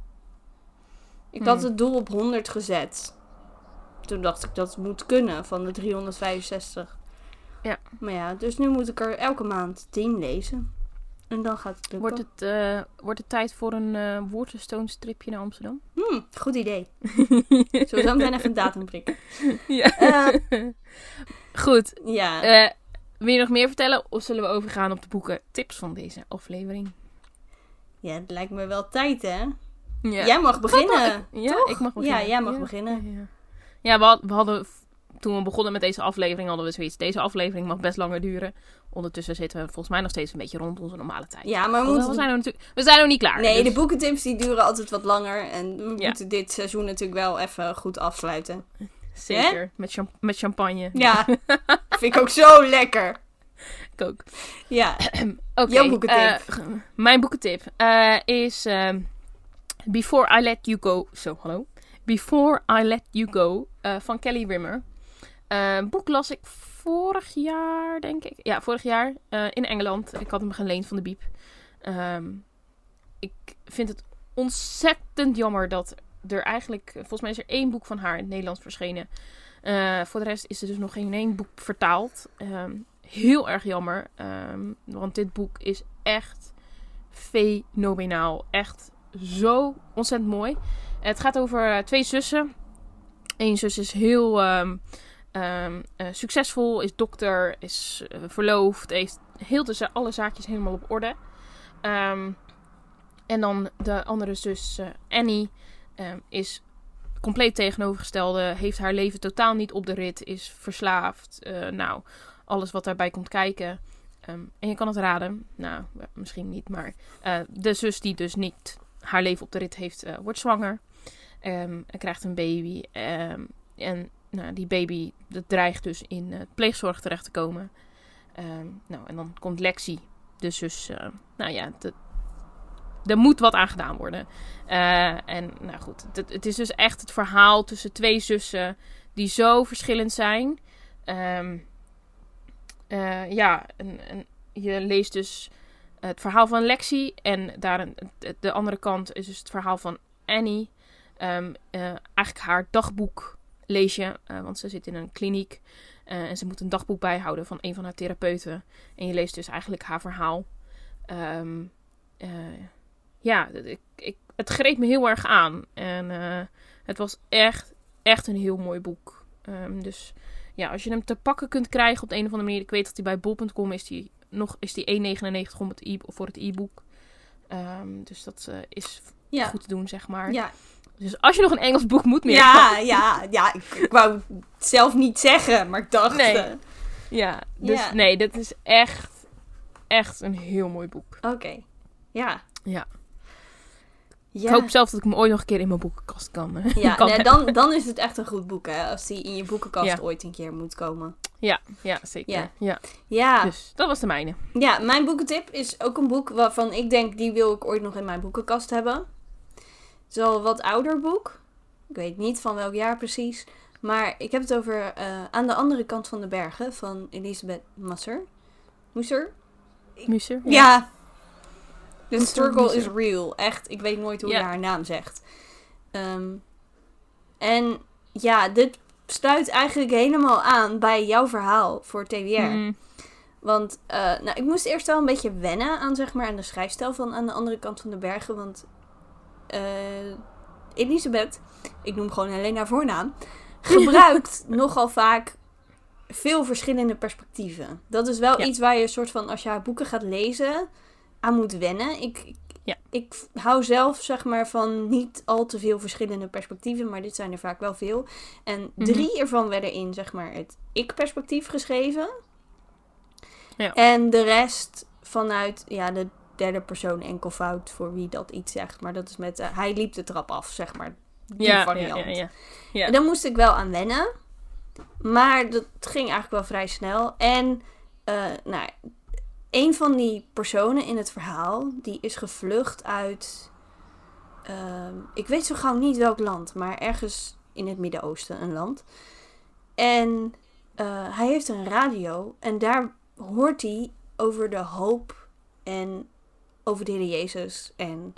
Ik Hmm. had het doel op honderd gezet. Toen dacht ik dat het moet kunnen van de driehonderdvijfenzestig. Ja. Maar ja, dus nu moet ik er elke maand tien lezen. En dan gaat het lukken. Wordt het, eh, wordt het tijd voor een eh Waterstone-stripje naar Amsterdam? Hmm, goed idee. Zullen we zo meteen even een datum prikken? Ja. Eh, Goed. ja. Eh, wil je nog meer vertellen? Of zullen we overgaan op de boeken tips van deze aflevering? ja, het lijkt me wel tijd, hè? Ja. Jij mag beginnen. Ja, toch? ik mag beginnen. Ja, jij mag Ja. beginnen. Ja, ja. Ja, we, had- we hadden, toen we begonnen met deze aflevering, hadden we zoiets. Deze aflevering mag best langer duren. Ondertussen zitten we volgens mij nog steeds een beetje rond onze normale tijd. Ja, maar we Alhoewel, moeten... we, zijn nog natuurlijk, we zijn nog niet klaar. Nee, dus- de boekentips die duren altijd wat langer. En we Ja. moeten dit seizoen natuurlijk wel even goed afsluiten. Zeker, met, champ- met champagne. Ja, vind ik ook zo lekker. Ik ook. Ja, Oké, Jouw boekentip. eh, g- mijn boekentip eh, is ehm, Before I Let You Go. Zo, hallo. Before I Let You Go eh, van Kelly Rimmer. Eh, Een boek las ik vorig jaar, denk ik. Ja, vorig jaar eh, in Engeland. Ik had hem geleend van de Biep. Ehm, ik vind het ontzettend jammer dat er eigenlijk... Volgens mij is er één boek van haar in het Nederlands verschenen. Eh, voor de rest is er dus nog geen één boek vertaald. Ehm, heel erg jammer. ehm, want dit boek is echt fenomenaal. Echt zo ontzettend mooi. Het gaat over eh, twee zussen. Eén zus is heel ehm, ehm, eh, succesvol. Is dokter. Is eh, verloofd. Heeft heel de za- alle zaakjes helemaal op orde. Ehm, en dan de andere zus eh, Annie ehm, is compleet tegenovergestelde. Heeft haar leven totaal niet op de rit. Is verslaafd. eh, nou, alles wat daarbij komt kijken. Ehm, en je kan het raden. Nou, eh, misschien niet. Maar eh, de zus die dus niet haar leven op de rit heeft, eh, wordt zwanger. Ehm, en krijgt een baby. Ehm, en nou, die baby dat dreigt dus in uh, pleegzorg terecht te komen. Ehm, nou, en dan komt Lexi, de zus. Uh, nou ja, de, er moet wat aan gedaan worden. Uh, en nou goed, het, het is dus echt het verhaal tussen twee zussen die zo verschillend zijn. Um, uh, ja, en, en je leest dus het verhaal van Lexi. En daar een, de andere kant is dus het verhaal van Annie. Um, uh, eigenlijk haar dagboek lees je, uh, want ze zit in een kliniek. Uh, en ze moet een dagboek bijhouden van een van haar therapeuten. En je leest dus eigenlijk haar verhaal. Um, uh, ja, ik, ik, het greep me heel erg aan. En uh, het was echt, echt een heel mooi boek. Um, dus ja, als je hem te pakken kunt krijgen op de een of andere manier. Ik weet dat hij bij bol punt com is die nog is die één negenennegentig om het e- voor het e-book. Um, dus dat uh, is ja. goed te doen, zeg maar. Ja. Dus als je nog een Engels boek moet meer. Ja, ja, ja. Ik, ik wou het zelf niet zeggen, maar ik dacht... Nee. Uh, ja, dus ja. nee, dit is echt, echt een heel mooi boek. Oké. Okay. Ja. Ja. Ja. Ik hoop zelf dat ik hem ooit nog een keer in mijn boekenkast kan. eh, Ja, kan nee, hebben. dan, dan is het echt een goed boek, hè. Als die in je boekenkast Ja. ooit een keer moet komen. Ja, ja, zeker. Ja. Ja. Ja, Dus dat was de mijne. ja, mijn boekentip is ook een boek waarvan ik denk, die wil ik ooit nog in mijn boekenkast hebben. Het is al een wat ouder boek. Ik weet niet van welk jaar precies. Maar ik heb het over uh, Aan de andere kant van de bergen van Elisabeth Musser. Musser? Muser? Ja. The Musser, struggle Musser. is real. Echt, ik weet nooit hoe je Ja. haar naam zegt. Um, en ja, dit sluit eigenlijk helemaal aan bij jouw verhaal voor T W R. Mm. Want uh, nou, ik moest eerst wel een beetje wennen aan, zeg maar, aan de schrijfstijl van Aan de andere kant van de bergen. Want uh, Elisabeth, ik noem gewoon alleen haar voornaam, gebruikt nogal vaak veel verschillende perspectieven. Dat is wel Ja. iets waar je een soort van, als je haar boeken gaat lezen, aan moet wennen. Ik, ik, Ja. ik hou zelf, zeg maar, van niet al te veel verschillende perspectieven, maar dit zijn er vaak wel veel. En Mhm. drie ervan werden in, zeg maar, het ik-perspectief geschreven. Ja. En de rest vanuit, ja, de derde persoon enkelvoud, voor wie dat iets zegt. Maar dat is met, uh, hij liep de trap af, zeg maar. Die Ja, ja, variant. ja, ja. Ja. En daar moest ik wel aan wennen. Maar dat ging eigenlijk wel vrij snel. En uh, nou, een van die personen in het verhaal, die is gevlucht uit, uh, ik weet zo gauw niet welk land, maar ergens in het Midden-Oosten, een land. En uh, hij heeft een radio en daar hoort hij over de hoop en over de Heer Jezus. En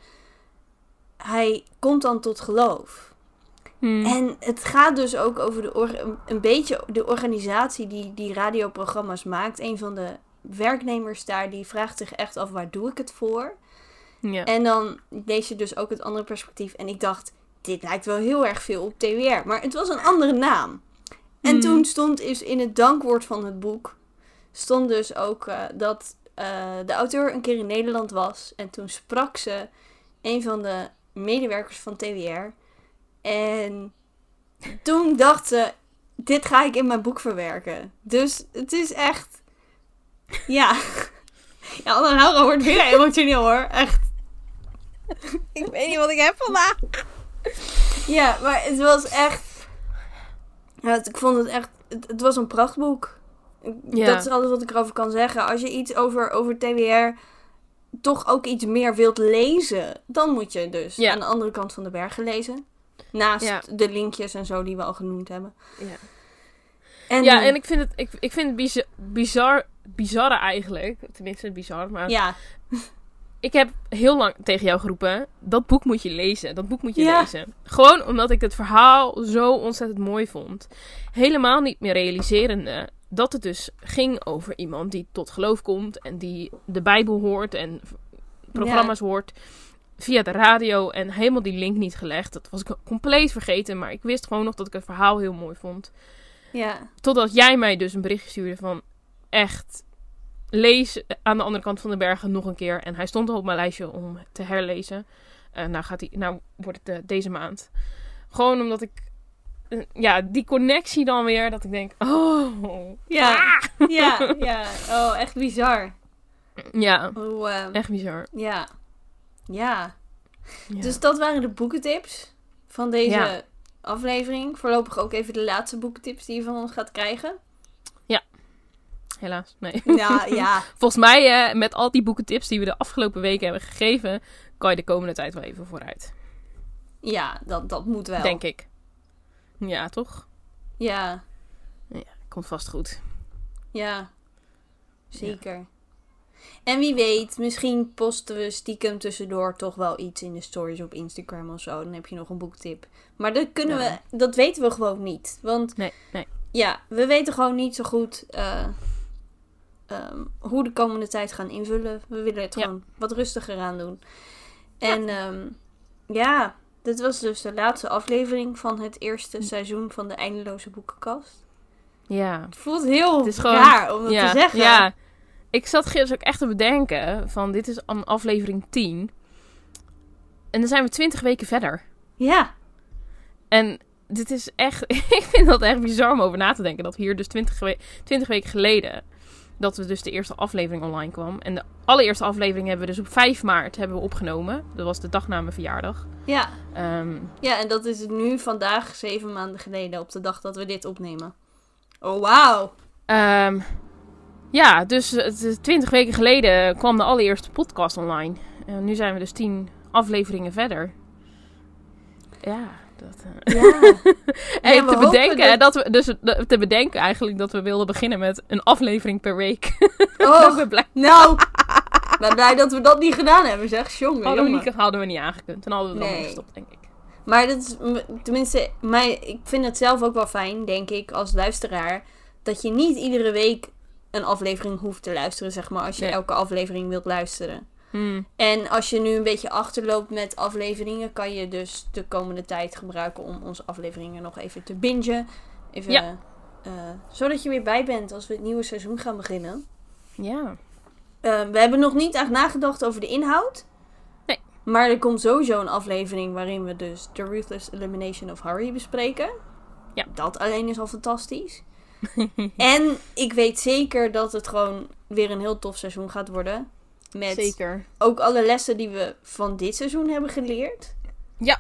hij komt dan tot geloof. Hmm. En het gaat dus ook over de or- een beetje de organisatie die die radioprogramma's maakt. Een van de werknemers daar, die vraagt zich echt af, waar doe ik het voor? Ja. En dan lees je dus ook het andere perspectief. En ik dacht, dit lijkt wel heel erg veel op T W R. Maar het was een andere naam. En Hmm. toen stond is in het dankwoord van het boek, stond dus ook uh, dat uh, de auteur een keer in Nederland was. En toen sprak ze een van de medewerkers van T W R. En toen dacht ze, dit ga ik in mijn boek verwerken. Dus het is echt, ja. Ja, Anna Laura wordt weer emotioneel hoor. Echt. Ik weet niet wat ik heb vandaag. Ja, maar het was echt, ja, ik vond het echt, het, het was een prachtboek. Ja. Dat is alles wat ik erover kan zeggen. Als je iets over, over T W R toch ook iets meer wilt lezen, dan moet je dus Ja. aan de andere kant van de bergen lezen. Naast Ja. de linkjes en zo die we al genoemd hebben. Ja. En, Ja, en ik vind het, ik, ik vind het bizar, bizar, bizarre eigenlijk. Tenminste, bizar. Maar ja. ik heb heel lang tegen jou geroepen, dat boek moet je lezen. Dat boek moet je Ja. lezen. Gewoon omdat ik het verhaal zo ontzettend mooi vond. Helemaal niet meer realiserende dat het dus ging over iemand die tot geloof komt. En die de Bijbel hoort en programma's hoort via de radio. En helemaal die link niet gelegd. Dat was ik compleet vergeten. Maar ik wist gewoon nog dat ik het verhaal heel mooi vond. Ja. Totdat jij mij dus een berichtje stuurde van, echt, lees Aan de andere kant van de bergen nog een keer. En hij stond al op mijn lijstje om te herlezen. Uh, nou, gaat hij, nou wordt het uh, deze maand. Gewoon omdat ik, uh, ja, die connectie dan weer, dat ik denk, oh. Ja. Ah! Ja. Ja. Oh, echt bizar. Ja, Hoe, uh, echt bizar. ja. Ja. Ja. Dus dat waren de boekentips van deze Ja. aflevering. Voorlopig ook even de laatste boekentips die je van ons gaat krijgen. Helaas, nee. Ja, ja. Volgens mij, uh, met al die boekentips die we de afgelopen weken hebben gegeven, kan je de komende tijd wel even vooruit. Ja, dat, dat moet wel. Denk ik. Ja, toch? Ja. Ja, komt vast goed. Ja. Zeker. En wie weet, misschien posten we stiekem tussendoor toch wel iets in de stories op Instagram of zo. Dan heb je nog een boektip. Maar dat kunnen Ja. we, dat weten we gewoon niet. Want Nee, nee. ja, we weten gewoon niet zo goed uh, um, hoe de komende tijd gaan invullen. We willen het Ja. gewoon wat rustiger aan doen. En ja. Um, ja, dit was dus de laatste aflevering van het eerste seizoen van de Eindeloze Boekenkast. Ja. Het voelt heel Het is gewoon, raar om dat ja, te zeggen. Ja. Ik zat gisteren ook echt te bedenken van, dit is aan aflevering tien. En dan zijn we twintig weken verder. Ja. En dit is echt, ik vind dat echt bizar om over na te denken. Dat we hier dus twintig, we- twintig weken geleden dat we dus de eerste aflevering online kwam. En de allereerste aflevering hebben we dus op vijf maart hebben we opgenomen. Dat was de dag na mijn verjaardag. Ja. Um, ja, en dat is nu vandaag zeven maanden geleden op de dag dat we dit opnemen. Oh, wauw. Um, ja, dus twintig weken geleden kwam de allereerste podcast online. En nu zijn we dus tien afleveringen verder. Ja, dat... Uh... Ja. en ja, te bedenken, dat... dat we, dus te bedenken eigenlijk dat we wilden beginnen met een aflevering per week. Oh, ik ben blij. Nou, ik ben blij dat we dat niet gedaan hebben, zeg. Jongen, hadden, we jongen. niet, hadden we niet aangekund. Dan hadden we het Nee. allemaal gestopt, denk ik. Maar dat is, tenminste, mij, ik vind het zelf ook wel fijn, denk ik, als luisteraar, dat je niet iedere week een aflevering hoeft te luisteren, zeg maar, als je Nee. elke aflevering wilt luisteren. Hmm. En als je nu een beetje achterloopt met afleveringen, kan je dus de komende tijd gebruiken om onze afleveringen nog even te bingen. Even, Ja. uh, zodat je weer bij bent als we het nieuwe seizoen gaan beginnen. Ja. Uh, we hebben nog niet echt nagedacht over de inhoud. Nee. Maar er komt sowieso een aflevering waarin we dus The Ruthless Elimination of Harry bespreken. Ja. Dat alleen is al fantastisch. En ik weet zeker dat het gewoon weer een heel tof seizoen gaat worden. Met Zeker. ook alle lessen die we van dit seizoen hebben geleerd. Ja.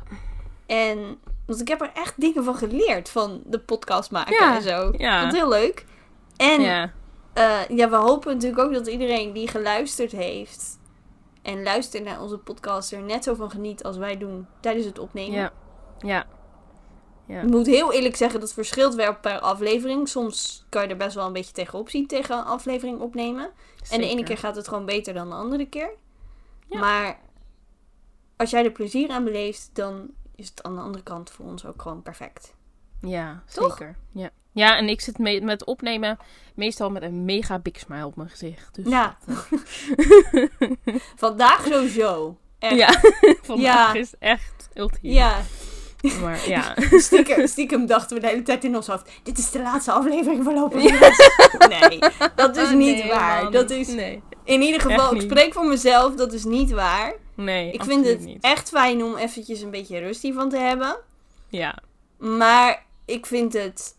En want ik heb er echt dingen van geleerd van de podcast maken Ja. en zo. Ja. Dat is heel leuk. En Ja. Uh, ja, we hopen natuurlijk ook dat iedereen die geluisterd heeft en luistert naar onze podcast er net zo van geniet als wij doen tijdens het opnemen. Ja. Ja. Ja. Ik moet heel eerlijk zeggen, dat verschilt wel per aflevering. Soms kan je er best wel een beetje tegenop zien tegen een aflevering opnemen. En de ene keer gaat het gewoon beter dan de andere keer. Ja. Maar als jij er plezier aan beleeft, dan is het aan de andere kant voor ons ook gewoon perfect. Ja, Toch? zeker. Ja. Ja, en ik zit me- met opnemen meestal met een mega big smile op mijn gezicht. Dus Ja. dat, uh... Vandaag sowieso. Echt. Ja, vandaag Ja. is echt ultiem. Ja. Maar ja. Stiekem, stiekem dachten we de hele tijd in ons hoofd, dit is de laatste aflevering voorlopig. Ja. Nee, dat is niet Nee, waar. man. Dat is, Nee, in ieder geval, Echt ik niet. spreek voor mezelf, dat is niet waar. nee Ik vind absoluut het niet. echt fijn om eventjes een beetje rust hiervan te hebben. Ja. Maar ik vind het,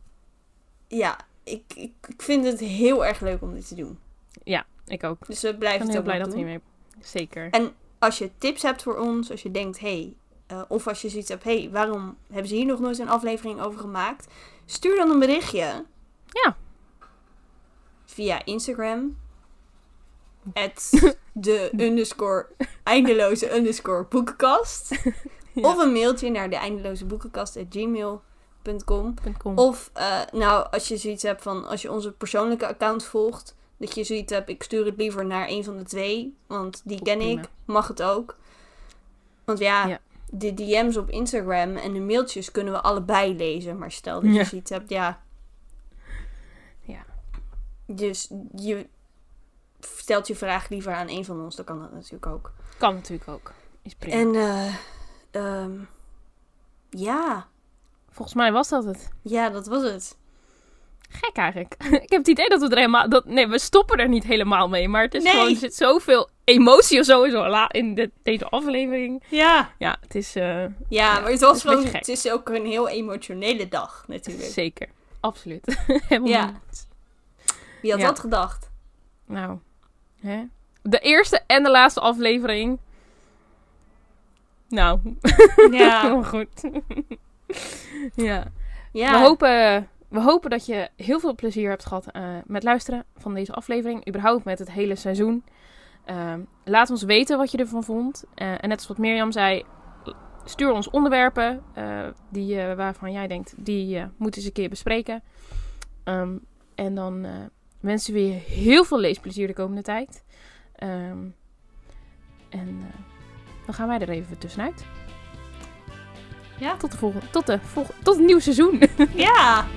ja, ik, ik, ik vind het heel erg leuk om dit te doen. Ja, ik ook. Dus we Ik blijven ben het heel ook blij nog dat we doen. hiermee... Zeker. En als je tips hebt voor ons, als je denkt, hé, hey, uh, of als je zoiets hebt, hé, hey, waarom hebben ze hier nog nooit een aflevering over gemaakt? Stuur dan een berichtje. Ja. Via Instagram. At de underscore eindeloze underscore boekenkast. Ja. Of een mailtje naar de eindeloze boekenkast at gmail dot com. .com. Of, uh, nou, als je zoiets hebt van, als je onze persoonlijke account volgt, dat je zoiets hebt, ik stuur het liever naar een van de twee, want die ken Prima. ik, mag het ook. Want ja, Ja. de D M's op Instagram en de mailtjes kunnen we allebei lezen, maar stel dat Ja. je zoiets hebt, ja. Ja. Dus je stelt je vraag liever aan een van ons, dan kan dat natuurlijk ook. Kan natuurlijk ook. Is prima. En, eh, um, ja, Volgens mij was dat het. ja, dat was het. Gek eigenlijk. Ik heb het idee dat we er helemaal... Dat, nee, we stoppen er niet helemaal mee. Maar het is Nee. gewoon... Er zit zoveel emotie of sowieso la- in de, deze aflevering. Ja. Ja, het is... uh, Ja, Ja, maar het was het is een gewoon, beetje het is ook een heel emotionele dag natuurlijk. zeker. Absoluut. Helemaal Ja. niet. Wie had Ja. dat gedacht? Nou. Hè? De eerste en de laatste aflevering. Nou. Ja. Heel goed. ja. Ja. We hopen... We hopen dat je heel veel plezier hebt gehad uh, met luisteren van deze aflevering. Überhaupt met het hele seizoen. Uh, laat ons weten wat je ervan vond. Uh, en net als wat Mirjam zei, stuur ons onderwerpen uh, die, uh, waarvan jij denkt, die uh, moeten eens een keer bespreken. Um, en dan uh, wensen we je heel veel leesplezier de komende tijd. Um, en uh, dan gaan wij er even tussenuit. Ja. Tot de volgende, tot de volgende, tot het nieuwe seizoen. Ja.